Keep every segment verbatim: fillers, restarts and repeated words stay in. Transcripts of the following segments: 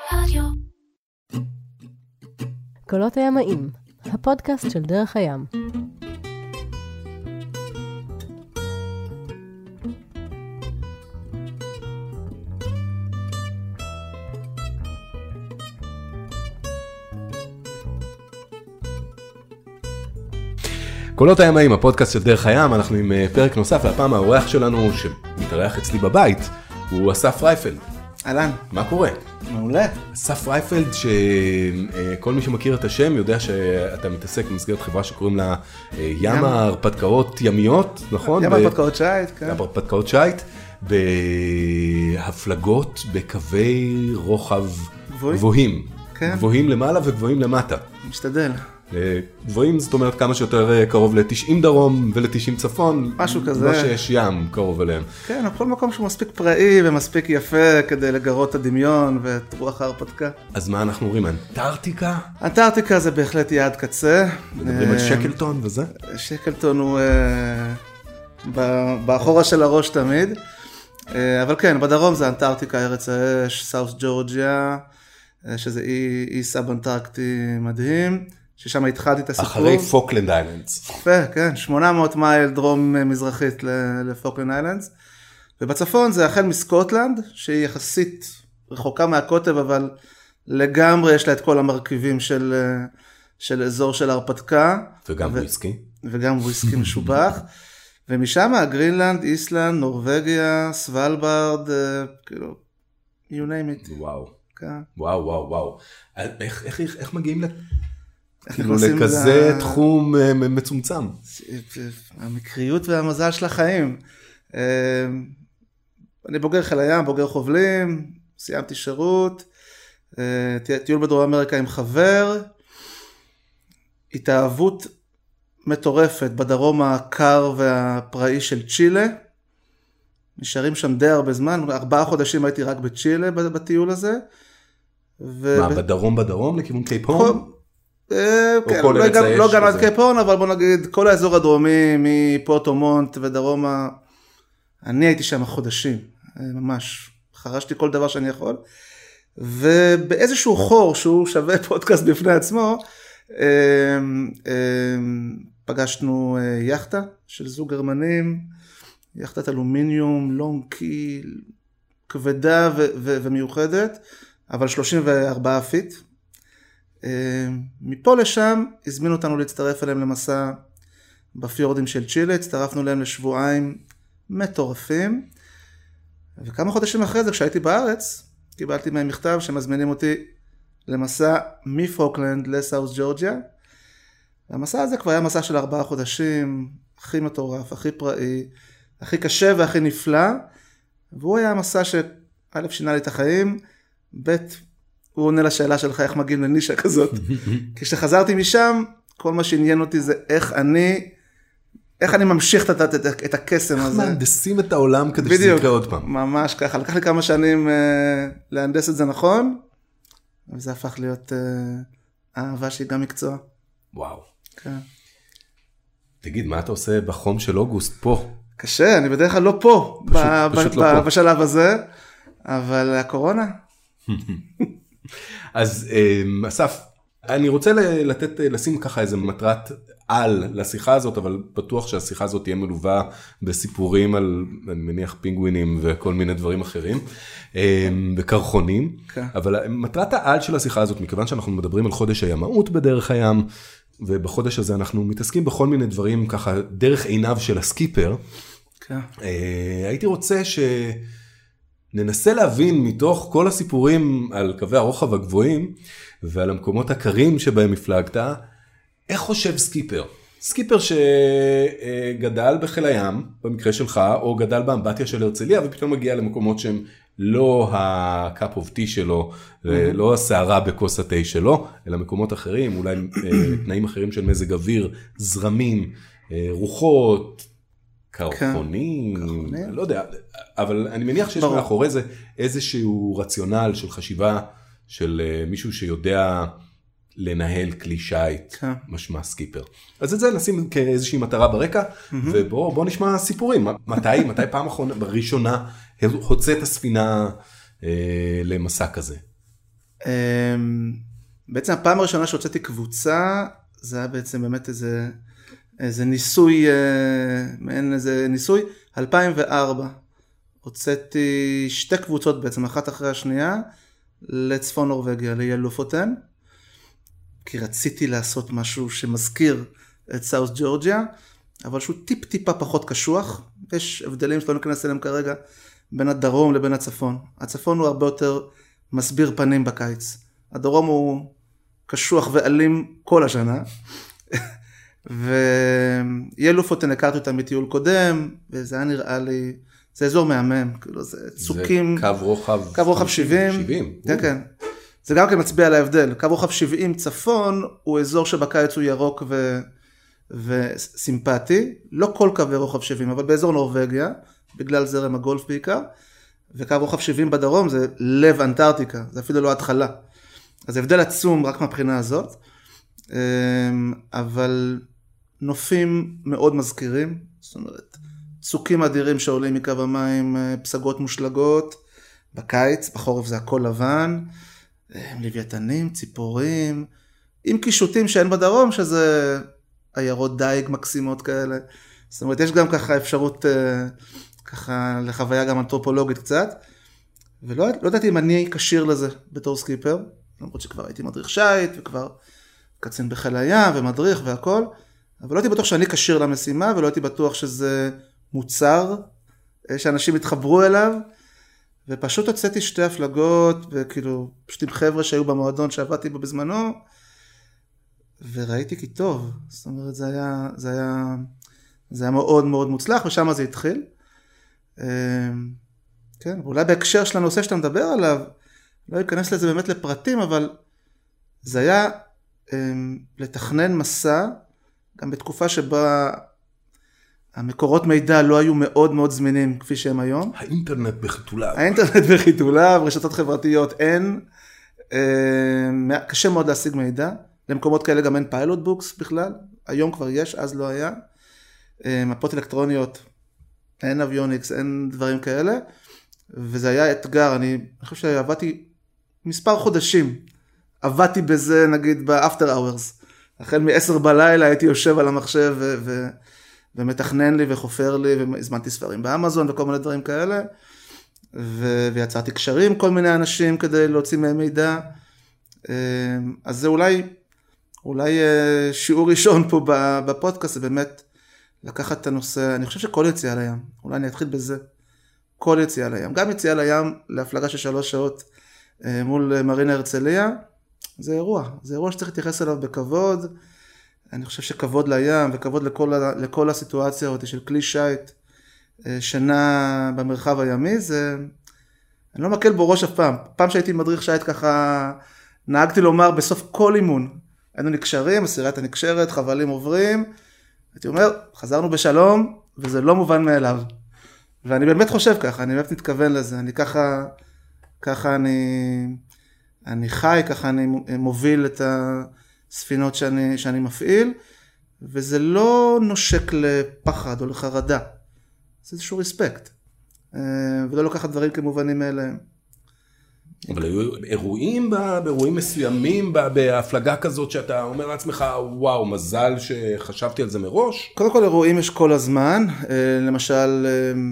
רדיו. קולות הימאים, הפודקאסט של דרך הים. קולות הימאים, הפודקאסט של דרך הים, אנחנו עם פרק נוסף, והפעם האורח שלנו שמתארח אצלי בבית, הוא אסף רייפלד. אהלן. מה קורה? מעולה. אסף רייפלד, שכל מי שמכיר את השם יודע שאתה מתעסק במסגרת חברה שקוראים לה ים ההרפתקאות ימיות, נכון? ים ההרפתקאות שייט, כן. ים ההרפתקאות שייט, בהפלגות בקווי רוחב גבוהים. גבוהים למעלה וגבוהים למטה. משתדל. גבוהים זאת אומרת כמה שיותר קרוב ל-תשעים דרום ול-תשעים צפון. משהו כזה. לא שיש ים קרוב אליהם. כן, בכל מקום שהוא מספיק פראי ומספיק יפה כדי לגרות את הדמיון ואת רוח ההרפתקה. אז מה אנחנו אומרים? אנטארקטיקה? אנטארקטיקה זה בהחלט יעד קצה. מדברים על שקלטון וזה? שקלטון הוא באחורה של הראש תמיד. אבל כן, בדרום זה אנטארקטיקה, ארץ האש, סאוס ג'ורג'יה, שזה אי, אי סאב-אנטארקטי מדהים. ששם התחלתי את הסיפור. אחרי פוקלנד איילנדס. יפה, כן, שמונה מאות מייל דרום מזרחית לפוקלנד איילנדס. ובצפון זה החל מסקוטלנד, שהיא יחסית רחוקה מהקוטב, אבל לגמרי יש לה את כל המרכיבים של, של אזור של הרפתקה. וגם ו- וויסקי. וגם וויסקי משובח. ומשם גרינלנד, איסלנד, נורווגיה, סוולברד, כאילו, you name it. וואו. כן. וואו, וואו, וואו. איך, איך, איך, איך מגיעים לת... כאילו לכזה תחום מצומצם. המקריות והמזל של החיים. אני בוגר חיל הים, בוגר חובלים, סיימתי שירות, טיול בדרום אמריקה עם חבר, התאהבות מטורפת בדרום הקר והפראי של צ'ילה, נשארים שם די הרבה זמן, ארבעה חודשים הייתי רק בצ'ילה בטיול הזה. מה, בדרום בדרום לכיוון קייפ הורן? כן, לא גם עד קייפ הורן, אבל בוא נגיד, כל האזור הדרומי, מפורטו מונט ודרומה, אני הייתי שם חודשים, ממש, חרשתי כל דבר שאני יכול, ובאיזשהו חור, שהוא שווה פודקאסט בפני עצמו, פגשנו יחטה של זוג גרמנים, יחטת אלומיניום, לונג קיל, כבדה ומיוחדת, אבל שלושים וארבעה פיט, מפה לשם הזמינו אותנו להצטרף אליהם למסע בפיורדים של צ'ילה, הצטרפנו להם לשבועיים מטורפים, וכמה חודשים אחרי זה כשהייתי בארץ, קיבלתי מהם מכתב שמזמינים אותי למסע מפוקלנד לסאוס ג'ורג'יה, והמסע הזה כבר היה מסע של ארבעה חודשים, הכי מטורף, הכי פראי, הכי קשה והכי נפלא, והוא היה המסע שא' שינה לי את החיים, ב' הוא עונה לשאלה שלך איך מגיעים לנישה כזאת. כשחזרתי משם, כל מה שעניין אותי זה איך אני, איך אני ממשיך את, את, את הקסם הזה. איך מהנדסים את העולם כדי שזה יקרה עוד פעם. ממש ככה, לקח לי כמה שנים uh, להנדס את זה נכון, וזה הפך להיות uh, אהבה שהיא גם מקצוע. וואו. כן. תגיד, מה אתה עושה בחום של אוגוסט פה? קשה, אני בדרך כלל לא פה, פשוט, ב- פשוט ב- לא ב- פה. בשלב הזה, אבל הקורונה. אז אסף, אני רוצה לתת, לשים ככה איזה מטרת על לשיחה הזאת, אבל בטוח שהשיחה הזאת תהיה מלווה בסיפורים על, אני מניח, פינגווינים וכל מיני דברים אחרים, בקרחונים, אבל מטרת העל של השיחה הזאת, מכיוון שאנחנו מדברים על חודש הימאות בדרך הים, ובחודש הזה אנחנו מתעסקים בכל מיני דברים ככה, דרך עיניו של הסקיפר, הייתי רוצה ש... ננסה להבין מתוך כל הסיפורים על קווי הרוחב הגבוהים ועל המקומות הקרים שבהם הפלגת, איך חושב סקיפר? סקיפר שגדל בחיל הים, במקרה שלך, או גדל באמבטיה של הרצליה, ופתאום מגיע למקומות שהם לא ה-cup of tea שלו, לא הסערה בכוס התה שלו, אלא מקומות אחרים, אולי תנאים אחרים של מזג אוויר, זרמים, רוחות, קרחונים, לא יודע, אבל אני מניח שיש מאחורי זה איזשהו רציונל של חשיבה של מישהו שיודע לנהל כלי שייט, משמע סקיפר. אז את זה נשים כאיזושהי מטרה ברקע, ובואו נשמע סיפורים. מתי, מתי פעם אחרונה, בראשונה, הוצאת הספינה למסע כזה? בעצם הפעם הראשונה שהוצאתי קבוצה, זה היה בעצם באמת איזה, איזה ניסוי, מעין איזה ניסוי, אלפיים וארבע. הוצאתי שתי קבוצות בעצם, אחת אחרי השנייה, לצפון נורווגיה, לילופוטן, כי רציתי לעשות משהו שמזכיר את סאוס ג'ורג'יה, אבל שהוא טיפ טיפה פחות קשוח, יש הבדלים שלא ניכנס אליהם כרגע, בין הדרום לבין הצפון. הצפון הוא הרבה יותר מסביר פנים בקיץ. הדרום הוא קשוח ואלים כל השנה. וילופוטן הכרתי אותם מטיול קודם, וזה היה נראה לי, זה אזור מהמם, כאילו זה צוקים. זה קו רוחב. קו רוחב שבעים. שבעים. כן, כן. זה גם כן מצביע על ההבדל. קו רוחב שבעים צפון, הוא אזור שבקיץ הוא ירוק ו... וסימפטי, לא כל קו רוחב שבעים, אבל באזור נורווגיה, בגלל זרם הגולף בעיקר, וקו רוחב שבעים בדרום זה לב אנטארקטיקה, זה אפילו לא התחלה. אז הבדל עצום רק מהבחינה הזאת, אבל נופים מאוד מזכירים, זאת אומרת, צוקים אדירים שעולים מקו המים, פסגות מושלגות, בקיץ, בחורף זה הכל לבן, לוויתנים, ציפורים, עם קישוטים שאין בדרום, שזה עיירות דייג מקסימות כאלה. זאת אומרת, יש גם ככה אפשרות, ככה לחוויה גם אנתרופולוגית קצת, ולא לא ידעתי אם אני קשיר לזה בתור סקיפר, למרות שכבר הייתי מדריך שייט, וכבר קצין בחיל הים, ומדריך והכל, אבל לא הייתי בטוח שאני קשיר למשימה, ולא הייתי בטוח שזה מוצר, שאנשים התחברו אליו, ופשוט הוצאתי שתי הפלגות, וכאילו, פשוט עם חבר'ה שהיו במועדון שעבדתי בו בזמנו, וראיתי כי טוב, זאת אומרת, זה היה, זה היה, זה היה מאוד מאוד מוצלח, ושם זה התחיל. כן, ואולי בהקשר של הנושא שאתה מדבר עליו, לא אכנס לזה באמת לפרטים, אבל זה היה לתכנן מסע, גם בתקופה שבה המקורות מידע לא היו מאוד מאוד זמינים כפי שהם היום. האינטרנט בחיתוליו. האינטרנט בחיתוליו, רשתות חברתיות אין, קשה מאוד להשיג מידע, למקומות כאלה גם אין פיילוט בוקס בכלל, היום כבר יש, אז לא היה, מפות אלקטרוניות, אין אביוניקס, אין דברים כאלה, וזה היה אתגר, אני, אני חושב שעבדתי מספר חודשים, עבדתי בזה נגיד באפטר אאוורס, החל מ-עשר בלילה הייתי יושב על המחשב ו- ו- ומתכנן לי וחופר לי, והזמנתי ספרים באמזון וכל מיני דברים כאלה, ו- ויצרתי קשרים כל מיני אנשים כדי להוציא מהם מידע, אז זה אולי, אולי שיעור ראשון פה בפודקאסט, זה באמת לקחת את הנושא, אני חושב שכל יציאה לים, אולי אני אתחיל בזה, כל יציאה לים, גם יציאה לים להפלגה של שלוש שעות מול מרינה הרצליה, זה אירוע, זה אירוע שצריך להתייחס אליו בכבוד, אני חושב שכבוד לים וכבוד לכל, לכל הסיטואציה הזאת של כלי שייט, שנה במרחב הימי, זה, אני לא מקל בו ראש אף פעם, פעם שהייתי מדריך שייט ככה, נהגתי לומר בסוף כל אימון, היינו נקשרים, הסירת הנקשרת, חבלים עוברים, הייתי אומר, חזרנו בשלום, וזה לא מובן מאליו. ואני באמת חושב ככה, אני באמת מתכוון לזה, אני ככה, ככה אני, אני חי, ככה אני מוביל את הספינות שאני, שאני מפעיל, וזה לא נושק לפחד או לחרדה, זה איזשהו רספקט, ולא לוקחת דברים כמובנים מאליהם. אבל היו אירועים, באירועים מסוימים, בהפלגה כזאת שאתה אומר לעצמך, וואו, מזל שחשבתי על זה מראש? קודם כל אירועים יש כל הזמן, למשל,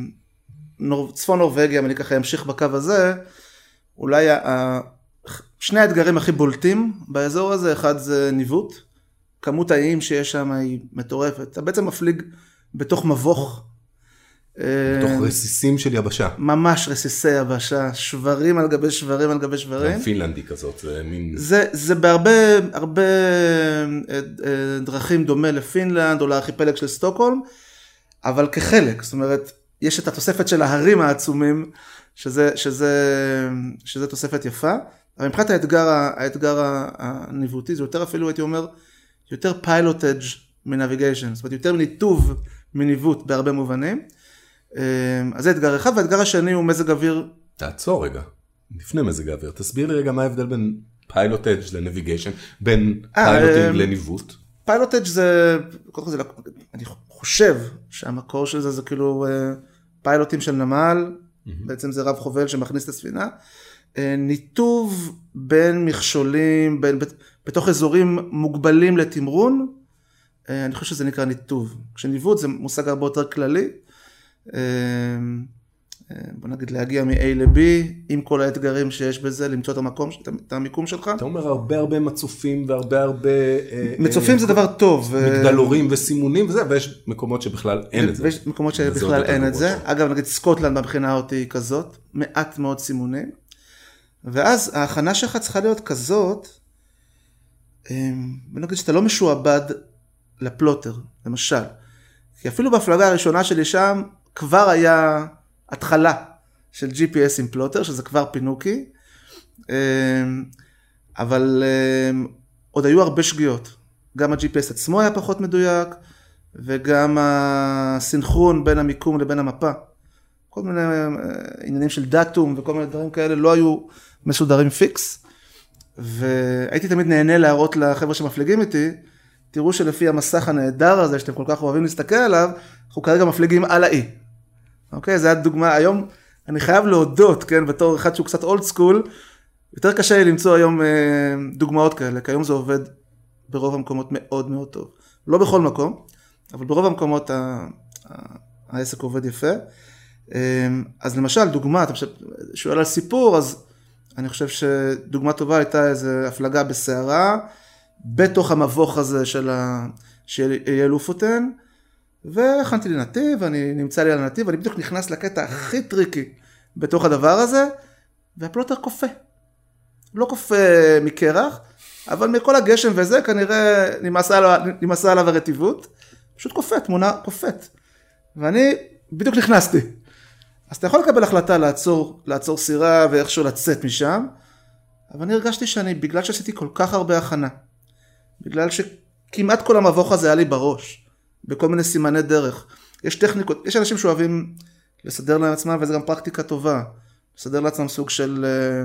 צפון נורווגיה, אני ככה אמשיך בקו הזה, אולי שני האתגרים הכי בולטים באזור הזה, אחד זה ניווט, כמות האיים שיש שם היא מטורפת, אתה בעצם מפליג בתוך מבוך, בתוך רסיסים של יבשה. ממש רסיסי יבשה, שברים על גבי שברים על גבי שברים. פינלנדי כזאת, זה מין... זה, זה בהרבה הרבה דרכים דומה לפינלנד או לארכיפלג של סטוקהולם, אבל כחלק, זאת אומרת, יש את התוספת של ההרים העצומים, שזה, שזה, שזה תוספת יפה, אבל מבחינת האתגר, האתגר הניווטי, זה יותר אפילו, הייתי אומר, יותר pilotage מנביגיישן, זאת אומרת, יותר ניתוב מניווט בהרבה מובנים. אז זה אתגר אחד, והאתגר השני הוא מזג אוויר. תעצור רגע, לפני מזג האוויר, תסביר לי רגע מה ההבדל בין פיילוטאג' לנביגיישן, בין פיילוטינג לניווט. פיילוטאג' זה, אני חושב שהמקור של זה זה כאילו פיילוטים של נמל, בעצם זה רב חובל שמכניס את הספינה. ניתוב בין מכשולים, בין, בתוך אזורים מוגבלים לתמרון, אני חושב שזה נקרא ניתוב. כשניווט זה מושג הרבה יותר כללי, בוא נגיד להגיע מ-A ל-B, עם כל האתגרים שיש בזה, למצוא את המקום, את המיקום שלך. אתה אומר הרבה הרבה מצופים והרבה הרבה... מצופים זה דבר טוב. מגדלורים וסימונים וזה, ויש מקומות שבכלל אין את זה. ויש מקומות שבכלל אין את זה. אגב, נגיד סקוטלנד מבחינה אותי כזאת, מעט מאוד סימונים. ואז ההכנה שלך צריכה להיות כזאת, בוא נגיד שאתה לא משועבד לפלוטר, למשל. כי אפילו בהפלגה הראשונה שלי שם, כבר היה התחלה של ג'י פי אס עם פלוטר, שזה כבר פינוקי, אבל עוד היו הרבה שגיאות. גם ה-ג'י פי אס עצמו היה פחות מדויק, וגם הסינכרון בין המיקום לבין המפה. כל מיני עניינים של דאטום וכל מיני דברים כאלה לא היו מסודרים פיקס, והייתי תמיד נהנה להראות לחבר'ה שמפליגים איתי, תראו שלפי המסך הנהדר הזה שאתם כל כך אוהבים להסתכל עליו, אנחנו כרגע מפליגים על האי. אוקיי, זה הדוגמה, היום אני חייב להודות, כן, בתור אחד שהוא קצת אולד סקול, יותר קשה לי למצוא היום אה, דוגמאות כאלה, כי היום זה עובד ברוב המקומות מאוד מאוד טוב. לא בכל מקום, אבל ברוב המקומות ה, ה, העסק עובד יפה. אה, אז למשל, דוגמה, אתה שואל על סיפור, אז אני חושב שדוגמה טובה הייתה איזו הפלגה בסערה, בתוך המבוך הזה של ה... של ילופוטן, והכנתי לי נתיב, אני נמצא לי על הנתיב, ואני בדיוק נכנס לקטע הכי טריקי בתוך הדבר הזה, והפלוטר קופה. לא קופה מקרח, אבל מכל הגשם וזה, כנראה נמאסה עליו הרטיבות, פשוט קופה, תמונה קופת. ואני בדיוק נכנסתי. אז אתה יכול לקבל החלטה לעצור, לעצור סירה ואיכשהו לצאת משם, אבל אני הרגשתי שאני, בגלל שעשיתי כל כך הרבה הכנה, בגלל שכמעט כל המבוך הזה היה לי בראש, בכל מיני סימני דרך. יש טכניקות, יש אנשים שאוהבים לסדר לעצמם, וזה גם פרקטיקה טובה, לסדר לעצמם סוג של...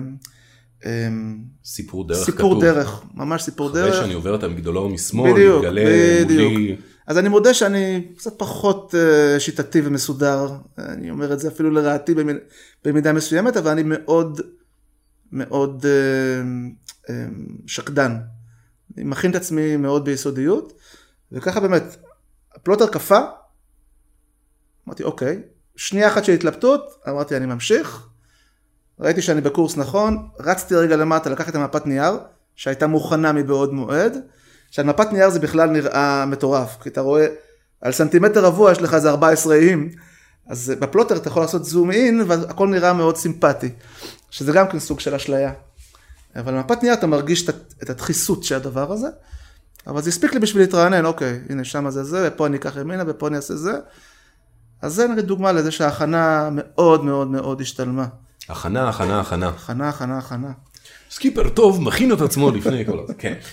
סיפור דרך סיפור כתוב. דרך, ממש סיפור אחרי דרך. אחרי שאני עובר את המגדלור משמאל, בדיוק, מגלה בדיוק. מולי... אז אני מודה שאני קצת פחות uh, שיטתי ומסודר, אני אומר את זה אפילו לרעתי במיד, במידה מסוימת, אבל אני מאוד, מאוד uh, uh, שקדן. אני מכין את עצמי מאוד ביסודיות, וככה באמת, הפלוטר קפה, אמרתי אוקיי, שנייה אחת של התלבטות, אמרתי אני ממשיך, ראיתי שאני בקורס נכון, רצתי רגע למטה, לקחתי את המפת נייר, שהייתה מוכנה מבעוד מועד, שעל מפת נייר זה בכלל נראה מטורף, כי אתה רואה, על סנטימטר רבוע יש לך איזה ארבעה עשר איים, אז בפלוטר אתה יכול לעשות זום אין, והכל נראה מאוד סימפטי, שזה גם כן סוג של אשליה. אבל במפת נייר אתה מרגיש את הדחיסות של הדבר הזה, אבל זה הספיק לי בשביל להתרענן, אוקיי, הנה שם זה זה, ופה אני אקח ימינה, ופה אני אעשה זה. אז זה נגיד דוגמה לזה שההכנה מאוד מאוד מאוד השתלמה. הכנה, הכנה, הכנה. הכנה, הכנה, הכנה. סקיפר טוב, מכין את עצמו לפני כל הזה, כן.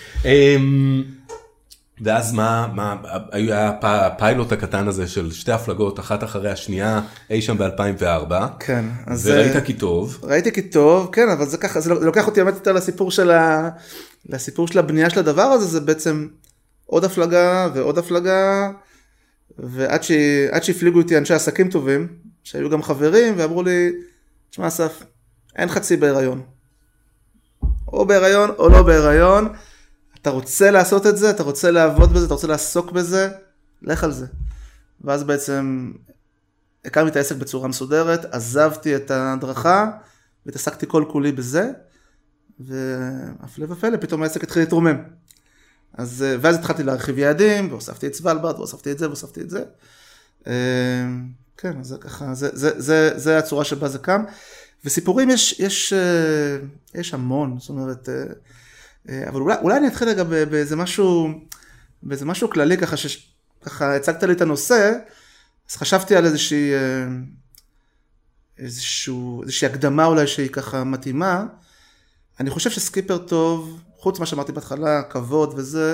ואז מה, מה, היה הפיילוט הקטן הזה של שתי הפלגות, אחת אחרי השנייה, אי שם ב-אלפיים וארבע. כן. וראית כי טוב. ראיתי כי טוב, כן, אבל זה ככה, זה לוקח אותי באמת יותר לסיפור של ה... לסיפור של הבנייה של הדבר הזה, זה בעצם עוד הפלגה ועוד הפלגה, ועד ש... עד שהפליגו איתי אנשי עסקים טובים, שהיו גם חברים, ואמרו לי, תשמע אסף, אין חצי בהיריון. או בהיריון או לא בהיריון, אתה רוצה לעשות את זה, אתה רוצה לעבוד בזה, אתה רוצה לעסוק בזה, לך על זה. ואז בעצם הקמתי את העסק בצורה מסודרת, עזבתי את ההדרכה, והתעסקתי כל כולי בזה, והפלא ופלא, פתאום העסק התחיל להתרומם. אז, ואז התחלתי להרחיב יעדים, והוספתי את סוולברד, והוספתי את זה, והוספתי את זה. כן, אז זה ככה, זה, זה, זה, זה הצורה שבה זה קם. וסיפורים יש, יש, יש המון, זאת אומרת, אבל אולי, אולי אני אתחיל רגע באיזה משהו, באיזה משהו כללי, ככה שככה הצגת לי את הנושא, אז חשבתי על איזושהי, איזשהו, איזושהי הקדמה אולי שהיא ככה מתאימה. אני חושב שסקיפר טוב, חוץ מה שאמרתי בהתחלה, כבוד וזה,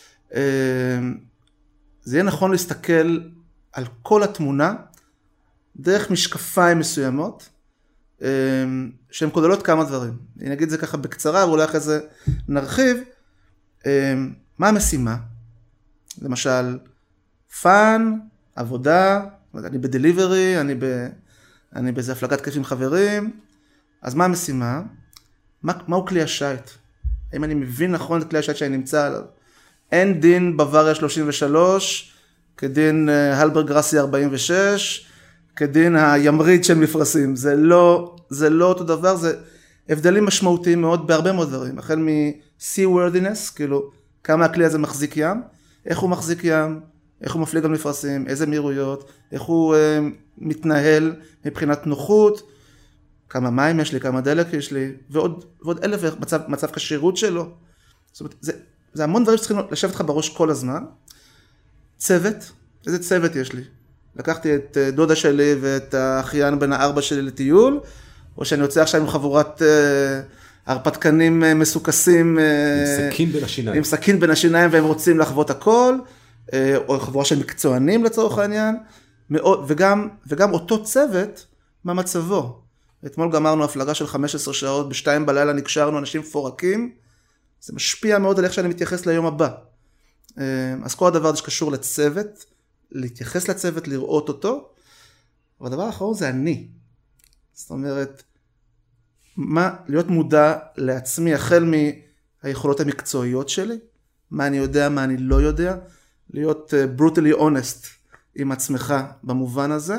זה יהיה נכון להסתכל על כל התמונה, דרך משקפיים מסוימות, שהן כוללות כמה דברים. אני אגיד זה ככה בקצרה, ואולי אחרי זה נרחיב. מה המשימה? למשל, פאן, עבודה, אני בדליברי, אני, ב, אני באיזה הפלגת כיף עם חברים, אז מה המשימה? מה, מהו כלי השייט? האם אני מבין נכון את כלי השייט שאני נמצא עליו? אין דין בוואריה שלושים ושלוש, כדין הלברג גרסי ארבעים ושש, כדין הימרית של מפרשים. זה לא, זה לא אותו דבר, זה הבדלים משמעותיים מאוד בהרבה מאוד דברים. החל מ-seaworthiness, כאילו כמה הכלי הזה מחזיק ים, איך הוא מחזיק ים, איך הוא מפליג על מפרשים, איזה מהירויות, איך הוא אה, מתנהל מבחינת נוחות, כמה מים יש לי, כמה דלק יש לי, ועוד, ועוד אלף מצב, מצב כשירות שלו. זאת אומרת, זה, זה המון דברים שצריכים לשבת לך בראש כל הזמן. צוות, איזה צוות יש לי? לקחתי את דודה שלי ואת האחיין בן הארבע שלי לטיול, או שאני יוצא עכשיו עם חבורת אה, הרפתקנים מסוכסים. עם סכין בין השיניים. עם סכין בין השיניים, והם רוצים לחוות הכל, אה, או חבורה של מקצוענים לצורך העניין, מאוד, וגם, וגם אותו צוות, מה מצבו? אתמול גמרנו הפלגה של חמש עשרה שעות, בשתיים בלילה נקשרנו, אנשים פורקים, זה משפיע מאוד על איך שאני מתייחס ליום הבא. אז כל הדבר הזה שקשור לצוות, להתייחס לצוות, לראות אותו, והדבר האחרון זה אני. זאת אומרת, מה, להיות מודע לעצמי, החל מהיכולות המקצועיות שלי, מה אני יודע, מה אני לא יודע, להיות brutally honest עם עצמך במובן הזה,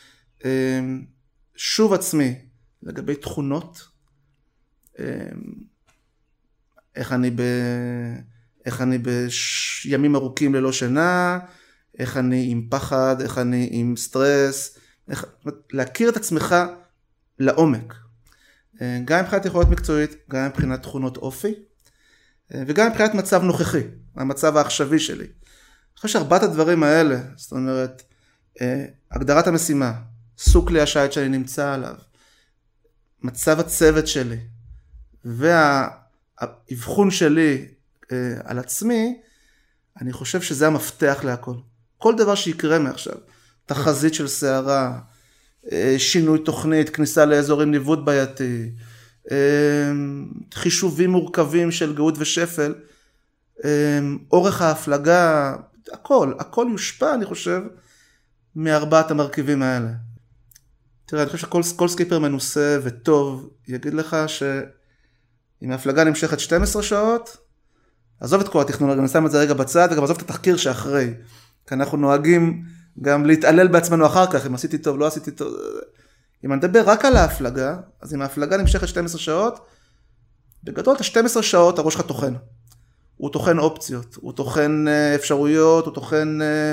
שוב עצמי, לגבי תכונות, איך אני, ב... איך אני בימים ארוכים ללא שינה, איך אני עם פחד, איך אני עם סטרס, איך... להכיר את עצמך לעומק. גם מבחינת יכולת מקצועית, גם מבחינת תכונות אופי, וגם מבחינת מצב נוכחי, המצב העכשווי שלי. אני חושב שארבעת הדברים האלה, זאת אומרת, הגדרת המשימה, סוג כלי השייט שאני נמצא עליו, מצב הצוות שלי, והאבחון שלי אה, על עצמי, אני חושב שזה המפתח להכל. כל דבר שיקרה מעכשיו, תחזית של שערה, אה, שינוי תוכנית, כניסה לאזורים ניווט בעייתי, אה, חישובים מורכבים של גאות ושפל, אה, אורך ההפלגה, הכל, הכל יושפע, אני חושב, מארבעת המרכיבים האלה. תראה, אני חושב שכל סקיפר מנוסה וטוב יגיד לך שאם ההפלגה נמשכת שתים עשרה שעות, עזוב את כל הטכנולוגיה, אני שם את זה רגע בצד, וגם עזוב את התחקיר שאחרי. כי אנחנו נוהגים גם להתעלל בעצמנו אחר כך, אם עשיתי טוב, לא עשיתי טוב. אם אני מדבר רק על ההפלגה, אז אם ההפלגה נמשכת שתים עשרה שעות, בגדול, את ה-שתים עשרה שעות הראש שלך תוכן. הוא תוכן אופציות, הוא תוכן אפשרויות, הוא תוכן...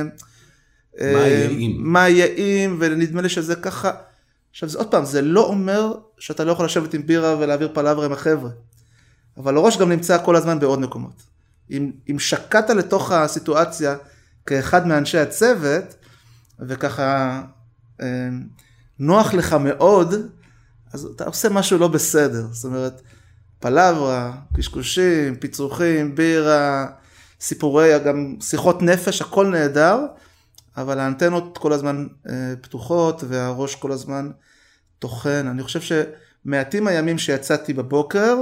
מה יעים? מה יעים, ונדמה לי שזה ככה... עכשיו, זה, עוד פעם, זה לא אומר שאתה לא יכול לשבת עם בירה ולהעביר פלאבר עם החבר'ה. אבל הראש גם נמצא כל הזמן בעוד מקומות. אם, אם שקעת לתוך הסיטואציה כאחד מאנשי הצוות, וככה אה, נוח לך מאוד, אז אתה עושה משהו לא בסדר. זאת אומרת, פלאברה, קשקושים, פיצוחים, בירה, סיפורי, גם שיחות נפש, הכל נהדר, אבל האנטנות כל הזמן אה, פתוחות, והראש כל הזמן תוכן. אני חושב שמעטים הימים שיצאתי בבוקר,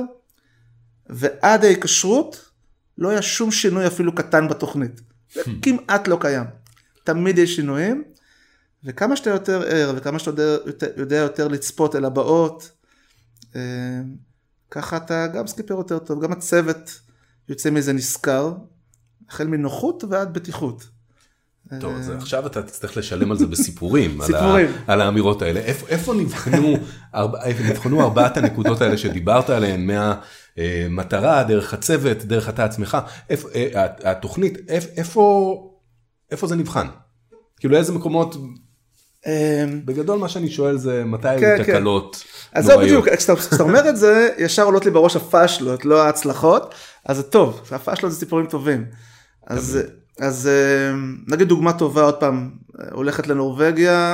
ועד ההיקשרות, לא היה שום שינוי אפילו קטן בתוכנית. זה כמעט לא קיים. תמיד יש שינויים, וכמה שאתה יותר ער, וכמה שאתה יודע, יודע יותר לצפות אל הבאות, אה, ככה אתה גם סקיפר יותר טוב, גם הצוות יוצא מזה נזכר, החל מנוחות ועד בטיחות. טוב, אז עכשיו אתה תצטרך לשלם על זה בסיפורים, סיפורים. על, ה, על האמירות האלה. איפה, איפה נבחנו, ארבע, איפה נבחנו ארבעת הנקודות האלה שדיברת עליהן, מהמטרה, דרך הצוות, דרך אתה עצמך, איפה, התוכנית, איפה, איפה זה נבחן? כאילו איזה מקומות, בגדול מה שאני שואל זה מתי היו תקלות נוראיות. אז זהו בדיוק, כשאתה אומר את זה, ישר עולות לי בראש הפאשלות, לא ההצלחות, אז זה טוב, הפאשלות זה סיפורים טובים. אז... אז נגיד דוגמה טובה, עוד פעם, הולכת לנורווגיה,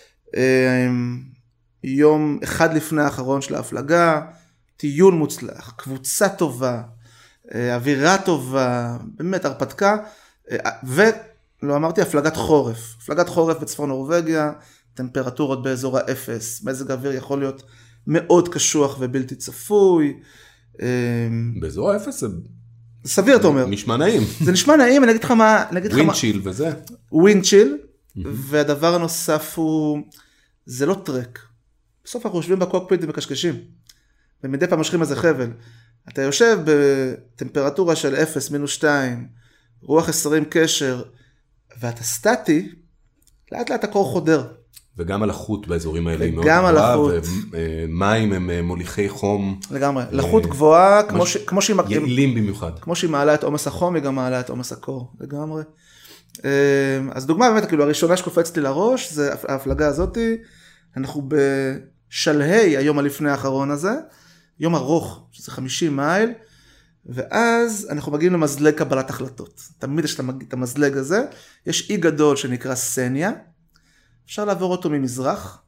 יום אחד לפני האחרון של ההפלגה, טיול מוצלח, קבוצה טובה, אווירה טובה, באמת הרפתקה, ולא אמרתי, הפלגת חורף, הפלגת חורף בצפון נורווגיה, טמפרטורות באזור האפס, מזג האוויר יכול להיות מאוד קשוח ובלתי צפוי. באזור האפס זה... סביר, אתה אומר. נשמע נעים. זה נשמע נעים, אני אגיד לך מה... ווינצ'יל וזה. ווינצ'יל, והדבר הנוסף הוא, זה לא טרק. בסוף אנחנו יושבים בקוקפיט ומקשקשים. ומדי פעם משכים איזה חבל. אתה יושב בטמפרטורה של אפס, מינוס שתיים, רוח עשרים קשר, ואתה סטטי, לאט לאט הקור חודר. וגם הלחות באזורים האלה היא מאוד וגם הלחות. ומים הם מוליכי חום. לגמרי. לחות גבוהה, כמו ש... כמו שהיא... יעילים במיוחד. כמו שהיא מעלה את עומס החום, היא גם מעלה את עומס הקור. לגמרי. אז דוגמה באמת, כאילו, הראשונה שקופצת לי לראש, זה ההפלגה הזאת. אנחנו בשלהי היום הלפני האחרון הזה, יום ארוך, שזה חמישים מייל, ואז אנחנו מגיעים למזלג קבלת החלטות. תמיד יש את המזלג הזה, יש אי גדול שנקרא סניה, אפשר לעבור אותו ממזרח,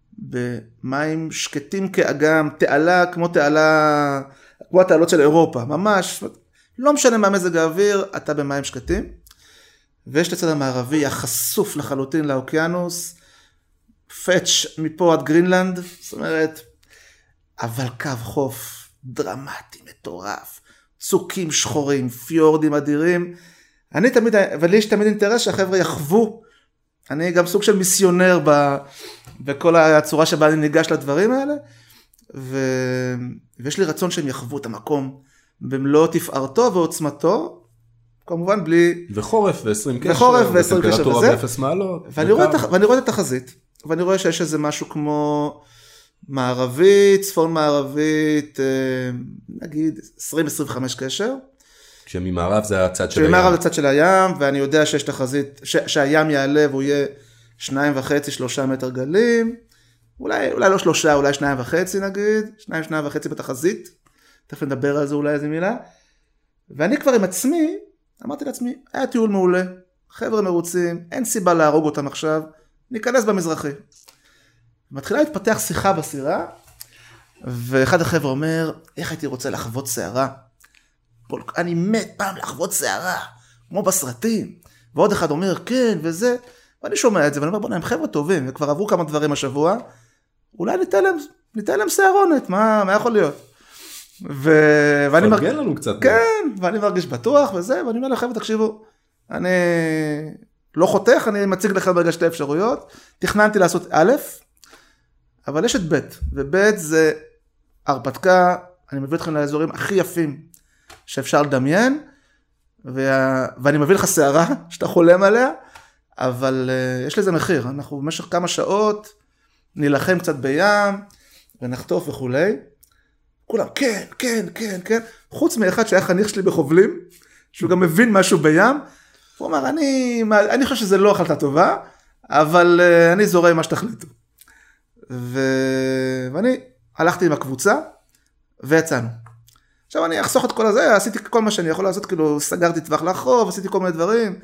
במים שקטים כאגם, תעלה כמו תעלה, כמו התעלות של אירופה, ממש, לא משנה מה מזג האוויר, אתה במים שקטים, ויש לצד המערבי החשוף לחלוטין לאוקיינוס, פאץ' מפה עד גרינלנד, זאת אומרת, אבל קו חוף דרמטי, מטורף, צוקים שחורים, פיורדים אדירים, אני תמיד, ולי יש תמיד אינטרס שהחבר'ה יחוו, אני גם סוג של מיסיונר ב, בכל הצורה שבה אני ניגש לדברים האלה, ו, ויש לי רצון שהם יחוו את המקום, במלוא תפארתו ועוצמתו, כמובן בלי... וחורף ועשרים קשר, וחורף ועשרים קשר וטמפרטורה וזה, באפס מעלות. ואני רואה, את, ואני רואה את התחזית, ואני רואה שיש איזה משהו כמו... מערבית, צפון מערבית, נגיד עשרים עד עשרים וחמש קשר. כשממערב זה הצד של הים. כשממערב זה הצד של הים, ואני יודע שיש תחזית, שהים יעלה והוא יהיה שניים וחצי, שלושה מטר גלים, אולי, אולי לא שלושה, אולי שניים וחצי נגיד, שניים, שניים וחצי בתחזית, תכף נדבר על זה אולי איזה מילה, ואני כבר עם עצמי, אמרתי לעצמי, היה טיול מעולה, חבר'ה מרוצים, אין סיבה להרוג אותם עכשיו, ניכנס במזרחי. מתחילה להתפתח שיחה בסירה, ואחד החבר'ה אומר, איך הייתי רוצה לחוות שערה? אני מת פעם לחוות שערה, כמו בסרטים. ועוד אחד אומר, כן, וזה. ואני שומע את זה, ואני אומר, בוא, הם חבר'ה טובים, וכבר עברו כמה דברים השבוע, אולי ניתן להם, ניתן להם שערונת, מה, מה יכול להיות? ו... ואני מרגיש לנו קצת. כן, ואני מרגיש בטוח וזה, ואני אומר לחבר'ה, תקשיבו, אני לא חותך, אני מציג לכם ברגע שתי אפשרויות, תכננתי לעשות א', אבל יש את ב', וב' זה הרפתקה, אני מביא אתכם לאזורים הכי יפים שאפשר לדמיין, וה... ואני מביא לך שערה שאתה חולם עליה, אבל uh, יש לזה מחיר, אנחנו במשך כמה שעות נלחם קצת בים, ונחטוף וכולי, כולם כן, כן, כן, כן, חוץ מאחד שהיה חניך שלי בחובלים, שהוא גם מבין משהו בים, הוא אמר, אני, אני חושב שזה לא החלטה טובה, אבל uh, אני זורם מה שתחליטו. ו... ואני הלכתי עם הקבוצה, ויצאנו. עכשיו אני אחסוך את כל הזה, עשיתי כל מה שאני יכול לעשות, כאילו סגרתי טווח לחוב, עשיתי כל מיני דברים,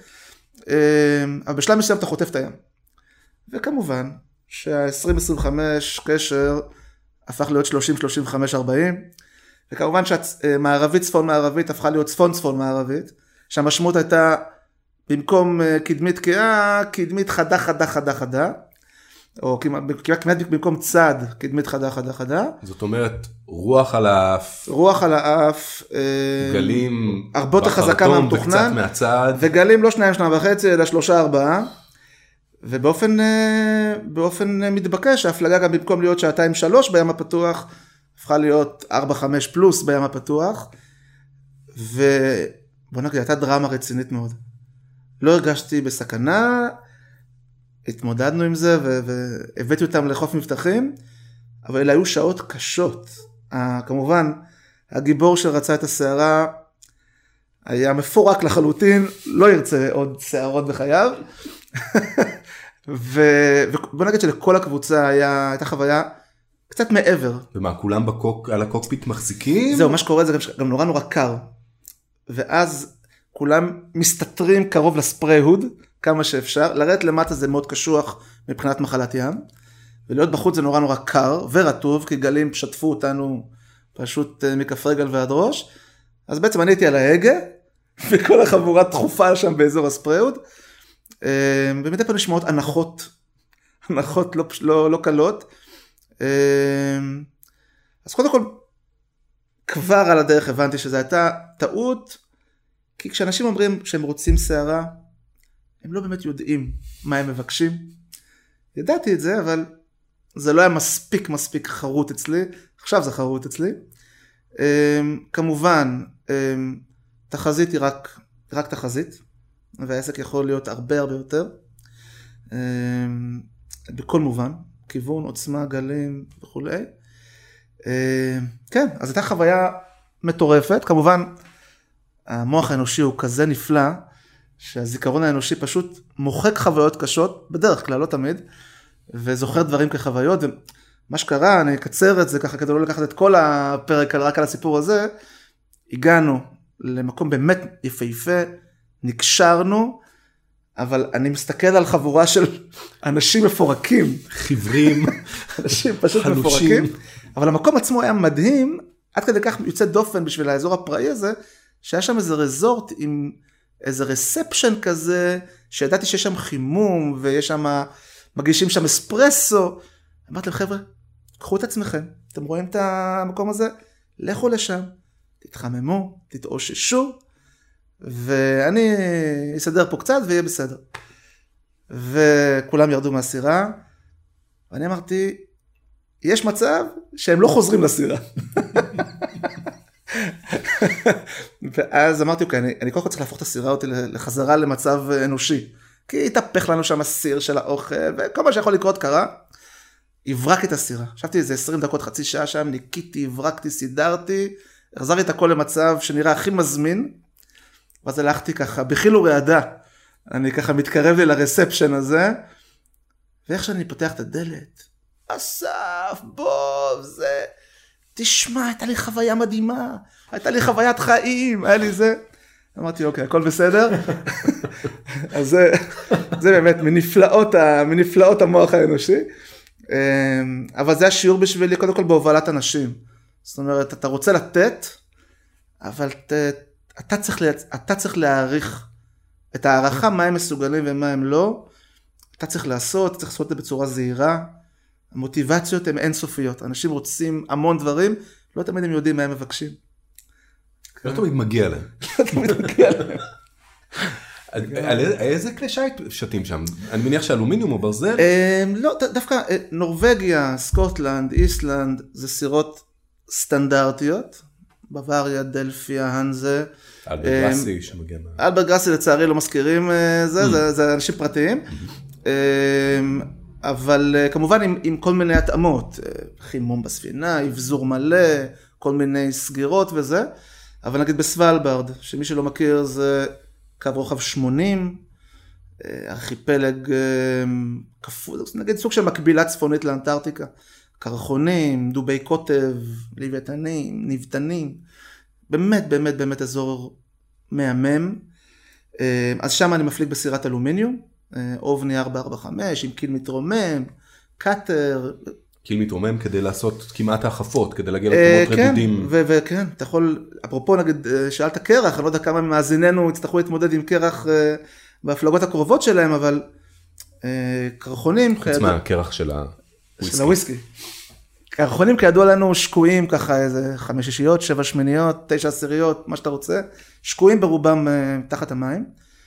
אבל בשלב מסוים אתה חוטף את הים. וכמובן, שה-עשרים עשרים וחמש קשר הפך להיות שלושים שלושים וחמש ארבעים, וכמובן שהמערבית צפון מערבית הפכה להיות צפון צפון מערבית, שהמשמעות הייתה במקום קדמית קאה, קדמית חדה חדה חדה חדה, או כמעט, כמעט במקום צד, קדמית חדה חדה חדה. זאת אומרת, רוח על האף. רוח על האף. גלים. הרבה יותר חזקה מהמתוכנן. וקצת מהצד. וגלים לא שניים, שניים וחצי, אלא שלושה, ארבעה. ובאופן באופן מתבקש, ההפלגה גם במקום להיות שעתיים שלוש בים הפתוח, הפכה להיות ארבע, חמש פלוס בים הפתוח. ובוא נגיד, הייתה דרמה רצינית מאוד. לא הרגשתי בסכנה, התמודדנו עם זה והבאתי אותם לחוף מבטחים, אבל אלה היו שעות קשות. כמובן, הגיבור שרצה את השערה היה מפורק לחלוטין, לא ירצה עוד שערות בחייו. ובוא נגיד שלכל הקבוצה היה, הייתה חוויה קצת מעבר. ומה, כולם בקוק, על הקוקפיט מחזיקים? זהו, מה שקורה זה גם, גם נורא נורא קר. ואז כולם מסתתרים קרוב לספרי הוד, כמה שאפשר. לרדת למטה זה מאוד קשוח מבחינת מחלת ים. ולהיות בחוץ זה נורא נורא קר ורטוב, כי גלים שטפו אותנו פשוט מכף רגל ועד ראש. אז בעצם אני הייתי על ההגה, וכל החבורה דחופה שם באזור הספרי-הוד. ומדי פעם נשמעות הנחות, הנחות לא, לא, לא קלות. אז קודם כל, כבר על הדרך הבנתי שזו הייתה טעות, כי כשאנשים אומרים שהם רוצים שערה, הם לא באמת יודעים מה הם מבקשים. ידעתי את זה, אבל זה לא היה מספיק מספיק חרוט אצלי, עכשיו זה חרוט אצלי. כמובן, תחזית היא רק, רק תחזית, והעסק יכול להיות הרבה הרבה יותר, בכל מובן, כיוון, עוצמה, גלים וכו'. כן, אז הייתה חוויה מטורפת, כמובן, המוח האנושי הוא כזה נפלא, שהזיכרון האנושי פשוט מוחק חוויות קשות, בדרך כלל, לא תמיד, וזוכר דברים כחוויות, ומה שקרה, אני אקצר את זה ככה, כדי לא לקחת את כל הפרק רק על הסיפור הזה, הגענו למקום באמת יפהפה, נקשרנו, אבל אני מסתכל על חבורה של אנשים מפורקים. חיוורים. אנשים פשוט מפורקים. אבל המקום עצמו היה מדהים, עד כדי כך יוצא דופן בשביל האזור הפראי הזה, שהיה שם איזה רזורט עם איזה רספשן כזה, שידעתי שיש שם חימום, ויש שם, מגישים שם אספרסו. אמרתי להם, חבר'ה, קחו את עצמכם, אתם רואים את המקום הזה? לכו לשם, תתחממו, תתאוששו, ואני אסדר פה קצת ויהיה בסדר. וכולם ירדו מהסירה, ואני אמרתי, יש מצב שהם לא חוזרים לסירה. ואז אמרתי, אוקיי, אני, אני קודם כל צריך להפוך את הסירה אותי לחזרה למצב אנושי, כי התהפך לנו שם הסיר של האוכל, וכל מה שיכול לקרות קרה, הברק את הסירה. חשבתי איזה עשרים דקות, חצי שעה שם, ניקיתי, הברקתי, סידרתי, החזרתי את הכל למצב שנראה הכי מזמין, ואז הלכתי ככה, בחיל ורעדה, אני ככה מתקרב לי לרספשן הזה, ואיך שאני פותח את הדלת, אסף, בוב, זה, תשמע, הייתה לי חוויה מדהימה, הייתה לי חוויית חיים, היה לי זה, אמרתי, אוקיי, הכל בסדר, אז זה, זה באמת מנפלאות, מנפלאות המוח האנושי, אבל זה השיעור בשבילי, קודם כל בהובלת אנשים, זאת אומרת, אתה רוצה לתת, אבל ת, אתה צריך, אתה צריך להעריך את הערכה, מה הם מסוגלים ומה הם לא, אתה צריך לעשות, צריך לעשות את זה בצורה זהירה, המוטיבציות הן אינסופיות, אנשים רוצים המון דברים, לא תמיד הם יודעים מה הם מבקשים. לא תמיד מגיע להם. לא תמיד מגיע להם. על איזה כלי שייט שתים שם? אני מניח שאלומיניום או ברזל? לא, דווקא נורווגיה, סקוטלנד, איסלנד, זה סירות סטנדרטיות, בוואריה, דלפיה, הנזה. אלברט גראסי שמגיע מה... אלברט גראסי לצערי לא מזכירים זה, זה אנשים פרטיים. אבל כמובן עם, עם כל מיני התאמות, חימום בספינה, אבזור מלא, כל מיני סגירות וזה. אבל נגיד בסוולברד, שמי שלא מכיר זה קו רוחב שמונים, ארכיפלג כפול, נגיד סוג של מקבילה צפונית לאנטארקטיקה, קרחונים, דובי קוטב, לוויתנים, נבטנים, באמת באמת באמת אזור מהמם. אז שם אני מפליג בסירת אלומיניום, אובני ארבע ארבע חמש עם קיל מתרומם, קאטר. קיל מתרומם כדי לעשות כמעט החפות, כדי להגיע למקומות רדודים. וכן, אתה יכול, אפרופו נגיד, שאלת קרח, אני לא יודע כמה מאזיננו יצטרכו להתמודד עם קרח בהפלגות הקרובות שלהם, אבל קרחונים... חוץ מהקרח של הוויסקי. של הוויסקי. קרחונים כידוע לנו שקועים ככה איזה חמש שישיות, שבע שמיניות, תשע עשיריות, מה שאתה רוצה, שקועים ברובם תחת המים,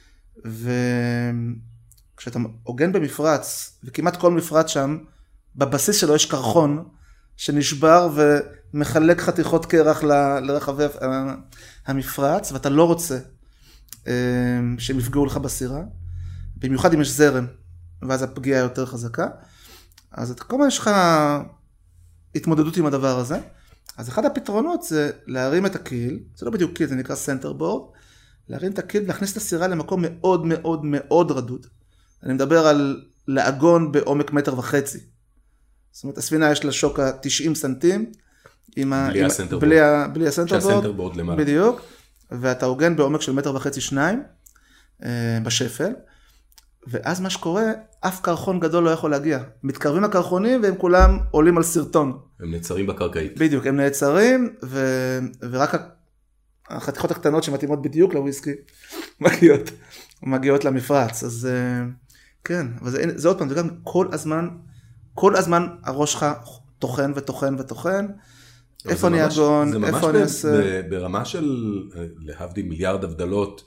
וכשאתה עוגן במפרץ, וכמעט כל מפרץ שם, בבסיס שלו יש קרחון שנשבר ומחלק חתיכות קרח לרחבי המפרץ, ואתה לא רוצה שהם יפגעו לך בסירה, במיוחד אם יש זרם, ואז הפגיעה יותר חזקה. אז אתה כל הזמן יש לך התמודדות עם הדבר הזה. אז אחד הפתרונות זה להרים את הקיל, זה לא בדיוק קיל, זה נקרא סנטר בורד, להרים את הקיל ולהכניס את הסירה למקום מאוד מאוד מאוד רדוד. אני מדבר על לעגון בעומק מטר וחצי. זאת אומרת, הספינה יש לה שוקה תשעים סנטים, בלי הסנטר בורד. בלי הסנטר בורד. שהסנטר בורד למעלה. בדיוק. ואתה עוגן בעומק של מטר וחצי שניים, בשפל. ואז מה שקורה, אף קרחון גדול לא יכול להגיע. מתקרבים לקרחונים והם כולם עולים על סרטון. הם נעצרים בקרקעית. בדיוק, הם נעצרים, ו... ורק החתיכות הקטנות שמתאימות בדיוק לוויסקי, מגיעות, מגיעות למפרץ. אז כן, אבל זה, זה עוד פעם, זה גם כל הזמן, כל הזמן הראש שלך תוכן ותוכן ותוכן. איפה אני אגון, איפה אני אעשה. זה ממש ברמה של, להבדיל מיליארד הבדלות,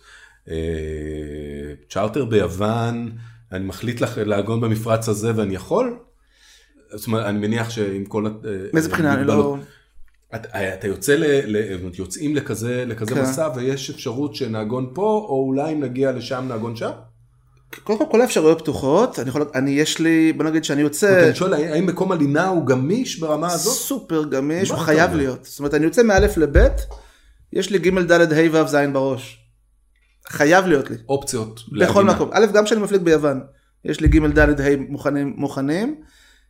צ'ארטר ביוון, אני מחליט לאגון במפרץ הזה ואני יכול? זאת אומרת, אני מניח שעם כל... מאיזה בחינה, אני לא... אתה יוצא, יוצאים לכזה מסע, ויש אפשרות שנהגון פה, או אולי אם נגיע לשם נהגון שם? קודם כל, כל האפשרויות פתוחות, אני יכול, אני יש לי, בוא נגיד שאני יוצא... אני שואל, האם מקום הלינה הוא גמיש ברמה הזאת? סופר גמיש, הוא חייב להיות. זאת אומרת, אני יוצא מאלף לבית, יש לי ג' ד' ה' ו' ז' בראש. חייב להיות לי. אופציות. בכל מקום. א', גם שאני מפליג ביוון, יש לי ג' ד' ה' מוכנים, מוכנים,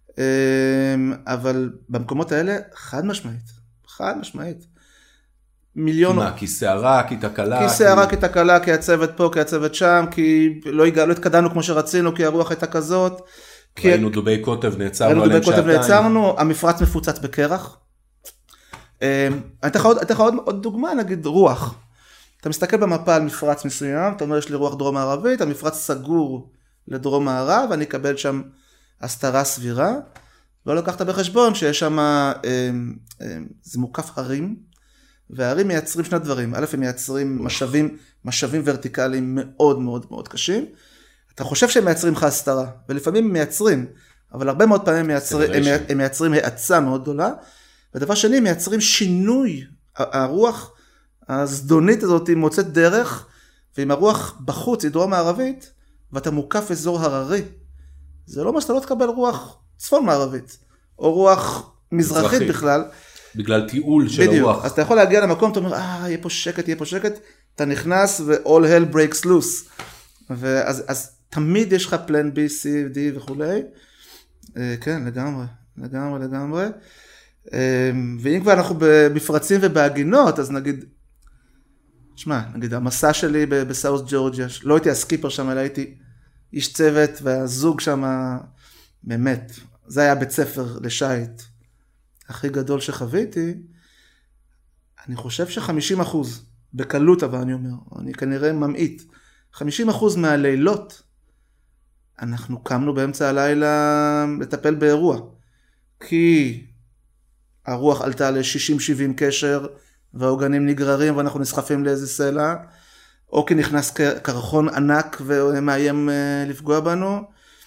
אבל במקומות האלה, חד משמעית. חד משמעית. מיליון... מה, כי שערה, כי תקלה? כי שערה, כי תקלה, כי הצוות פה, כי הצוות שם, כי לא התקדמנו כמו שרצינו, כי הרוח הייתה כזאת. ראינו דובי קוטב, נעצרנו עליהם שעתיים. ראינו דובי קוטב, נעצרנו, המפרץ מפוצץ בקרח. אני אתן לך עוד דוגמה, נגיד רוח. אתה מסתכל במפה על מפרץ מסוים, אתה אומר יש לי רוח דרום מערבית, המפרץ סגור לדרום מערב, אני אקבל שם הסתרה סבירה. לא לקחת בחשבון שיש שם, זה מוקף הרים, וההרים מייצרים שני דברים. א', הם מייצרים משאבים, משאבים ורטיקליים מאוד מאוד מאוד קשים. אתה חושב שהם מייצרים לך הסתרה, ולפעמים הם מייצרים, אבל הרבה מאוד פעמים מייצרים, הם, הם מייצרים האצה מאוד גדולה. ודבר שני, מייצרים שינוי. הרוח הזדונית הזאת מוצאת דרך, ואם הרוח בחוץ היא דרום מערבית, ואתה מוקף אזור הררי, זה לא מה שאתה לא תקבל רוח צפון מערבית, או רוח מזרחית מזרחי. בכלל. בגלל טיעול של בדיוק. הרוח. אז אתה יכול להגיע למקום, אתה אומר, אה, יהיה פה שקט, יהיה פה שקט, אתה נכנס ו-all hell breaks loose. ואז, אז תמיד יש לך פלן B, C, D וכולי. כן, לגמרי, לגמרי, לגמרי. ואם כבר אנחנו במפרצים ובהגינות, אז נגיד, תשמע, נגיד, המסע שלי בסאוס ג'ורג'יה, לא הייתי הסקיפר שם, אלא הייתי איש צוות, והזוג שם, באמת, זה היה בית ספר לשייט הכי גדול שחוויתי. אני חושב ש-חמישים אחוז, בקלות אבל אני אומר, אני כנראה ממעיט, חמישים אחוז מהלילות, אנחנו קמנו באמצע הלילה לטפל באירוע, כי הרוח עלתה ל-שישים שבעים קשר, והעוגנים נגררים ואנחנו נסחפים לאיזה סלע, או כי נכנס קרחון ענק ומאיים לפגוע בנו.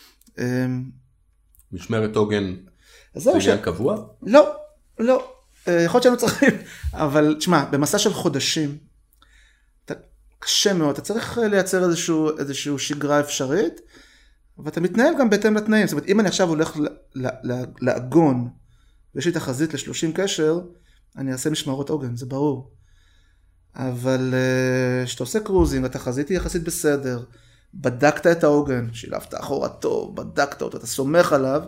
משמרת עוגן זה עניין קבוע? לא, לא. יכול להיות שהיינו צריכים, אבל תשמע, במסע של חודשים, אתה, קשה מאוד, אתה צריך לייצר איזשהו, איזשהו שגרה אפשרית, ואתה מתנהל גם בהתאם לתנאים. זאת אומרת, אם אני עכשיו הולך לעגון, ויש לי תחזית ל-שלושים קשר, אני אעשה משמרות עוגן, זה ברור. אבל כשאתה עושה קרוזינג, התחזית היא יחסית בסדר, בדקת את העוגן, שילבת אחורה טוב, בדקת אותו, אתה סומך עליו,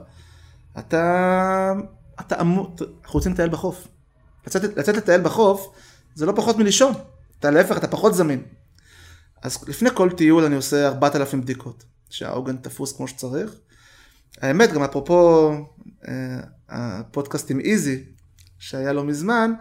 אתה, אתה אמור, אנחנו רוצים לטייל בחוף. לצאת, לצאת לטייל בחוף, זה לא פחות מלישון. אתה להפך, אתה פחות זמין. אז לפני כל טיול אני עושה ארבעת אלפים בדיקות, שהעוגן תפוס כמו שצריך. האמת, גם אפרופו הפודקאסט עם איזי, שהיה לו מזמן,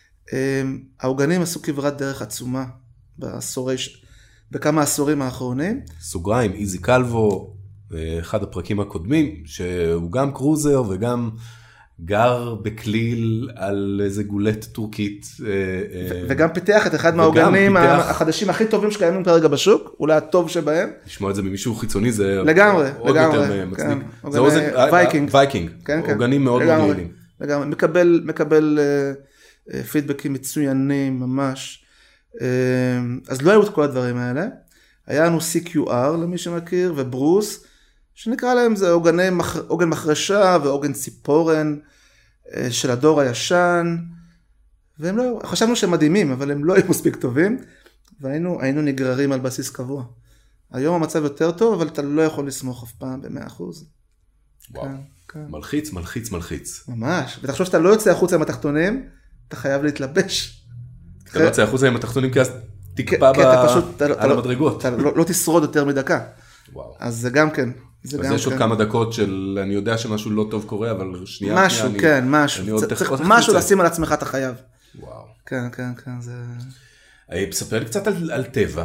העוגנים עשו כברת דרך עצומה בעשורי, בכמה עשורים האחרונים. סוגריים, איזי קלבו, אחד הפרקים הקודמים, שהוא גם קרוזר וגם גר בכליל על איזה גולת טורקית. וגם פיתח את אחד מהעוגנים החדשים הכי טובים שקיימים כרגע בשוק, אולי הטוב שבהם. לשמוע את זה ממישהו חיצוני זה לגמרי, עוד יותר מצדיק. זה וייקינג. וייקינג, עוגנים מאוד מאוד יעילים. לגמרי, מקבל, מקבל פידבקים מצוינים ממש. אז לא היו את כל הדברים האלה. היה לנו סי קיו אר למי שמכיר, וברוס, שנקרא להם זה עוגני, עוגן מחרשה ועוגן ציפורן של הדור הישן, והם לא, חשבנו שהם מדהימים, אבל הם לא היו מספיק טובים, והיינו היינו נגררים על בסיס קבוע. היום המצב יותר טוב, אבל אתה לא יכול לסמוך אף פעם ב-מאה אחוז. וואו, כן, כן. מלחיץ, מלחיץ, מלחיץ. ממש, ותחשוב שאתה לא יוצא החוצה עם התחתונים, אתה חייב להתלבש. אתה לא יוצא החוצה עם התחתונים, כי אז תקפא על המדרגות. אתה לא תשרוד יותר מדקה. אז זה גם כן. אז יש עוד כמה דקות של, אני יודע שמשהו לא טוב קורה, אבל שנייה, משהו, כן, משהו. צריך משהו לשים על עצמך, אתה חייב. וואו. כן, כן, כן, זה... ספר לי קצת על טבע,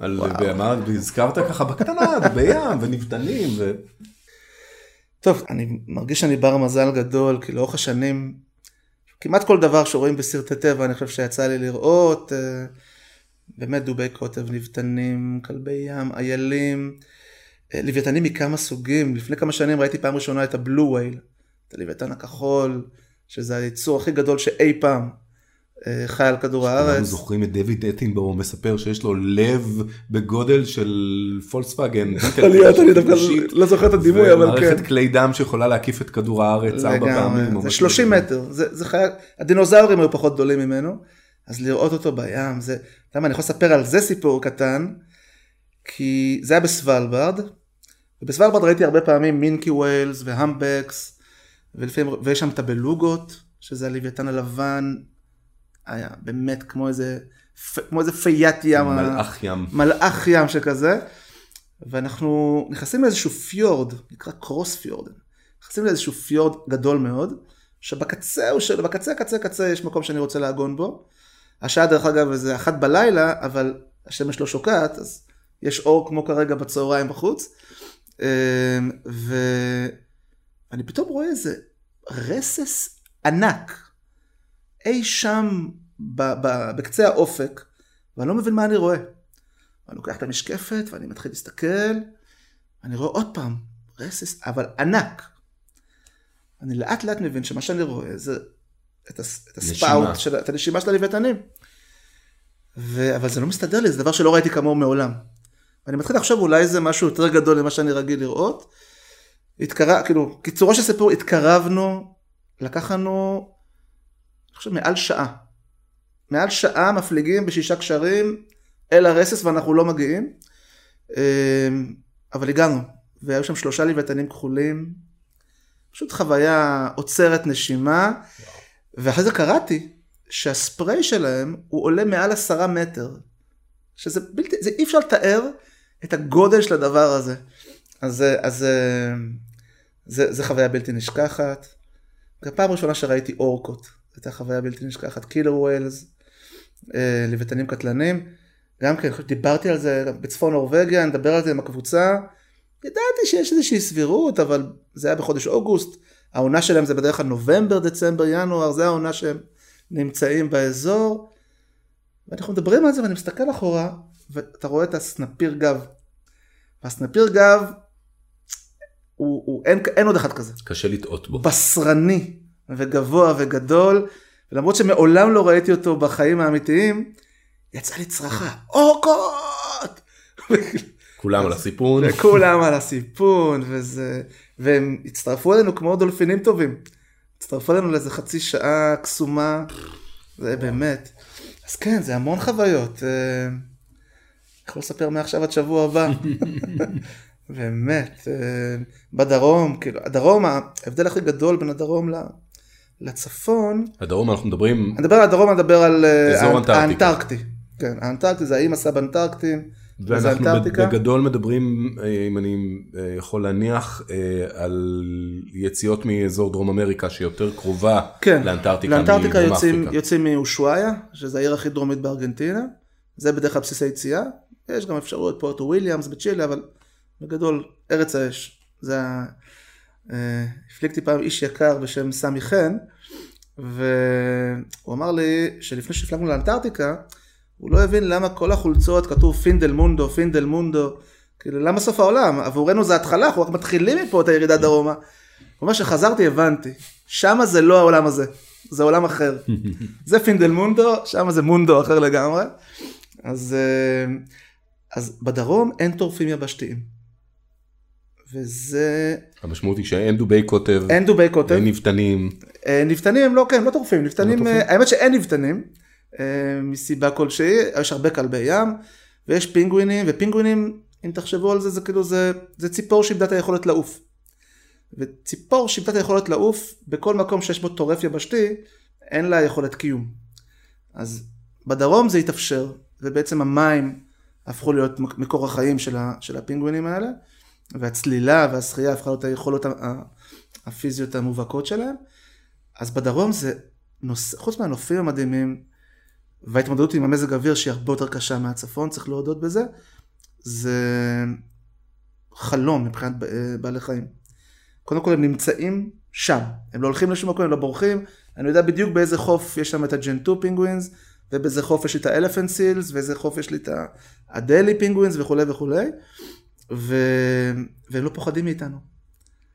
הזכרת ככה בקטנה, בים ונבטנים ו... טוב, אני מרגיש שאני בר מזל גדול, כי לאורך השנים, כמעט כל דבר שרואים בסרטי טבע, אני חושב שיצא לי לראות, באמת דובי קוטב, נבטנים, כלבי ים, איילים, לוויתנים מכמה סוגים. לפני כמה שנים ראיתי פעם ראשונה את הבלו וייל, את הלוויתן הכחול, שזה היצור הכי גדול שאי פעם חי על כדור הארץ. אנחנו זוכרים את דויד אטנבורו מספר שיש לו לב בגודל של פולקסווגן. אני דווקא לא זוכר את הדימוי, אבל כן. ומערכת כלי דם שיכולה להקיף את כדור הארץ ארבע פעמים. זה שלושים מטר, זה חיה, הדינוזאורים היו פחות גדולים ממנו, אז לראות אותו בים, זה, למה אני יכול לספר על זה סיפור קטן, כי זה היה בסוולברד, ובסוולברד ראיתי הרבה פעמים מינקי ווילס והמבקס, ויש שם את הבלוגות, שזה הלוויתן הלבן, היה באמת כמו איזה, כמו איזה פיית ים. מלאך ים. מלאך ים שכזה. ואנחנו נכנסים לאיזשהו פיורד, נקרא קרוס פיורד. נכנסים לאיזשהו פיורד גדול מאוד, שבקצה, בקצה, קצה, קצה, יש מקום שאני רוצה להגון בו. השעה דרך אגב זה אחת בלילה, אבל השמש לא שוקעת, אז יש אור כמו כרגע בצהריים בחוץ. ואני פתאום רואה איזה רסס ענק. אי שם ב- ב- בקצה האופק, ואני לא מבין מה אני רואה. ואני לוקח את המשקפת, ואני מתחיל להסתכל, ואני רואה עוד פעם, רסס, אבל ענק. אני לאט לאט מבין שמה שאני רואה, זה את, הס- את הספאוט, של, את הנשימה של הלוויתנים. ו- אבל זה לא מסתדר לי, זה דבר שלא ראיתי כמוהו מעולם. ואני מתחיל לחשוב, אולי זה משהו יותר גדול למה שאני רגיל לראות. התקרב, כאילו, קיצורו של סיפור, התקרבנו, לקחנו, אני חושב, מעל שעה. מעל שעה מפליגים בשישה קשרים אל הרסס, ואנחנו לא מגיעים. אבל הגענו, והיו שם שלושה לוויתנים כחולים. פשוט חוויה עוצרת נשימה. ואחרי זה קראתי שהספרי שלהם הוא עולה מעל עשרה מטר. שזה בלתי, זה אי אפשר לתאר את הגודל של הדבר הזה. אז, אז זה, זה חוויה בלתי נשכחת. הפעם ראשונה שראיתי אורקות. הייתה חוויה בלתי נשכחת, קילר ווילס, לוויתנים קטלנים, גם כן, דיברתי על זה בצפון נורווגיה, נדבר על זה עם הקבוצה, ידעתי שיש איזושהי סבירות, אבל זה היה בחודש אוגוסט, העונה שלהם זה בדרך כלל נובמבר, דצמבר, ינואר, זה העונה שהם נמצאים באזור, ואנחנו מדברים על זה, ואני מסתכל אחורה, ואתה רואה את הסנפיר גב, והסנפיר גב, הוא, הוא, אין, אין עוד אחד כזה. קשה לטעות בו. בשרני. וגבוה וגדול, ולמרות שמעולם לא ראיתי אותו בחיים האמיתיים, יצא לי צרחה, אורקות! כולם על הסיפון. וכולם על הסיפון, וזה, והם הצטרפו אלינו כמו דולפינים טובים. הצטרפו אלינו לאיזה חצי שעה קסומה, זה באמת. אז כן, זה המון חוויות. יכול לספר מעכשיו עד שבוע הבא. באמת. בדרום, כאילו, הדרום, ההבדל הכי גדול בין הדרום לצפון. הדרום אנחנו מדברים. אני מדבר על הדרום, אני מדבר על אזור אנטארקטיקה. האנטארקטי. כן, האנטארקטי זה האם הסב אנטארקטים. ואנחנו בגדול מדברים, אם אני יכול להניח, על יציאות מאזור דרום אמריקה שיותר קרובה לאנטארקטיקה. לאנטארקטיקה יוצאים מאושואיה, שזה העיר הכי דרומית בארגנטינה. זה בדרך כלל בסיסי יציאה. יש גם אפשרויות פורטו וויליאמס בצ'ילה, אבל בגדול ארץ האש. זה הפלגתי פעם איש יקר בשם סמי חן, והוא אמר לי שלפני שהפלגנו לאנטארקטיקה, הוא לא הבין למה כל החולצות כתוב פינדל מונדו, פינדל מונדו, כאילו למה סוף העולם? עבורנו זה התחלה, אנחנו רק מתחילים מפה את הירידה דרומה. הוא אומר שחזרתי הבנתי, שמה זה לא העולם הזה, זה עולם אחר. זה פינדל מונדו, שמה זה מונדו אחר לגמרי. אז, אז בדרום אין טורפים יבשתיים. וזה... המשמעות היא שאין דובי קוטב. אין דובי קוטב. אין נבטנים. נבטנים הם לא, כן, לא טורפים. נבטנים, האמת שאין נבטנים. מסיבה כלשהי, יש הרבה כלבי ים, ויש פינגווינים, ופינגווינים, אם תחשבו על זה, זה כאילו, זה, זה ציפור שאיבדה את היכולת לעוף. וציפור שאיבדה את היכולת לעוף, בכל מקום שיש בו טורף יבשתי, אין לה יכולת קיום. אז בדרום זה יתאפשר, ובעצם המים הפכו להיות מקור החיים של, ה, של הפינגווינים האלה, והצלילה והשחייה הפכה להיות היכולות הפיזיות המובהקות שלהם. אז בדרום זה, נוס, חוץ מהנופים המדהימים, וההתמודדות עם המזג אוויר שהיא הרבה יותר קשה מהצפון, צריך להודות בזה, זה חלום מבחינת בעלי חיים. קודם כל הם נמצאים שם, הם לא הולכים לשום מקום, הם לא בורחים, אני יודע בדיוק באיזה חוף יש שם את הג'נטו פינגווינס, ובאיזה חוף יש לי את האלפנט סילס, ואיזה חוף יש לי את הדלי פינגווינס וכו' וכו', ו... והם לא פוחדים מאיתנו.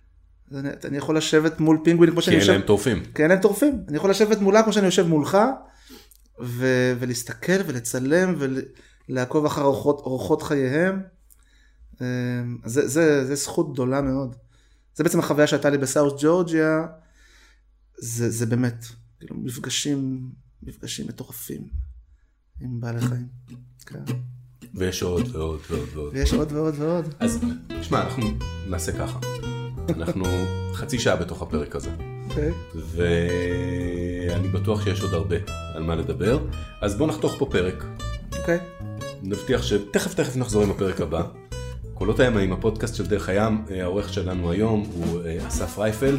אני, אני יכול לשבת מול פינגווינים כמו שאני יושב... כי אין להם טורפים. כי אין להם טורפים. אני יכול לשבת מולה כמו שאני יושב מולך, ו, ולהסתכל ולצלם ולעקוב אחר אורחות, אורחות חייהם. זה, זה, זה זכות גדולה מאוד. זה בעצם החוויה שהייתה לי בסאוס ג'ורג'יה, זה, זה באמת, כאילו, מפגשים, מפגשים מטורפים עם בעלי חיים. כן. ויש עוד ועוד ועוד ועוד. ויש עוד ועוד ועוד. אז, תשמע, אנחנו נעשה ככה. אנחנו חצי שעה בתוך הפרק הזה. אוקיי. ואני בטוח שיש עוד הרבה על מה לדבר. אז בוא נחתוך פה פרק. אוקיי. נבטיח שתכף תכף נחזור עם הפרק הבא. קולות הימאים, הפודקאסט של דרך הים, העורך שלנו היום הוא אסף רייפלד,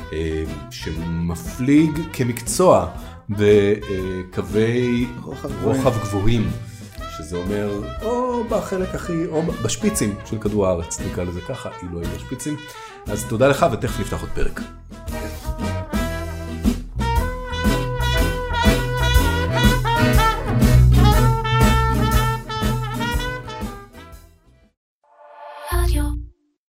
שמפליג כמקצוע בקווי רוחב גבוהים, שזה אומר או בחלק הכי, או בשפיצים של כדור הארץ, נקרא לזה ככה, אילו היו בשפיצים. אז תודה לך ותכף נפתח עוד פרק. Radio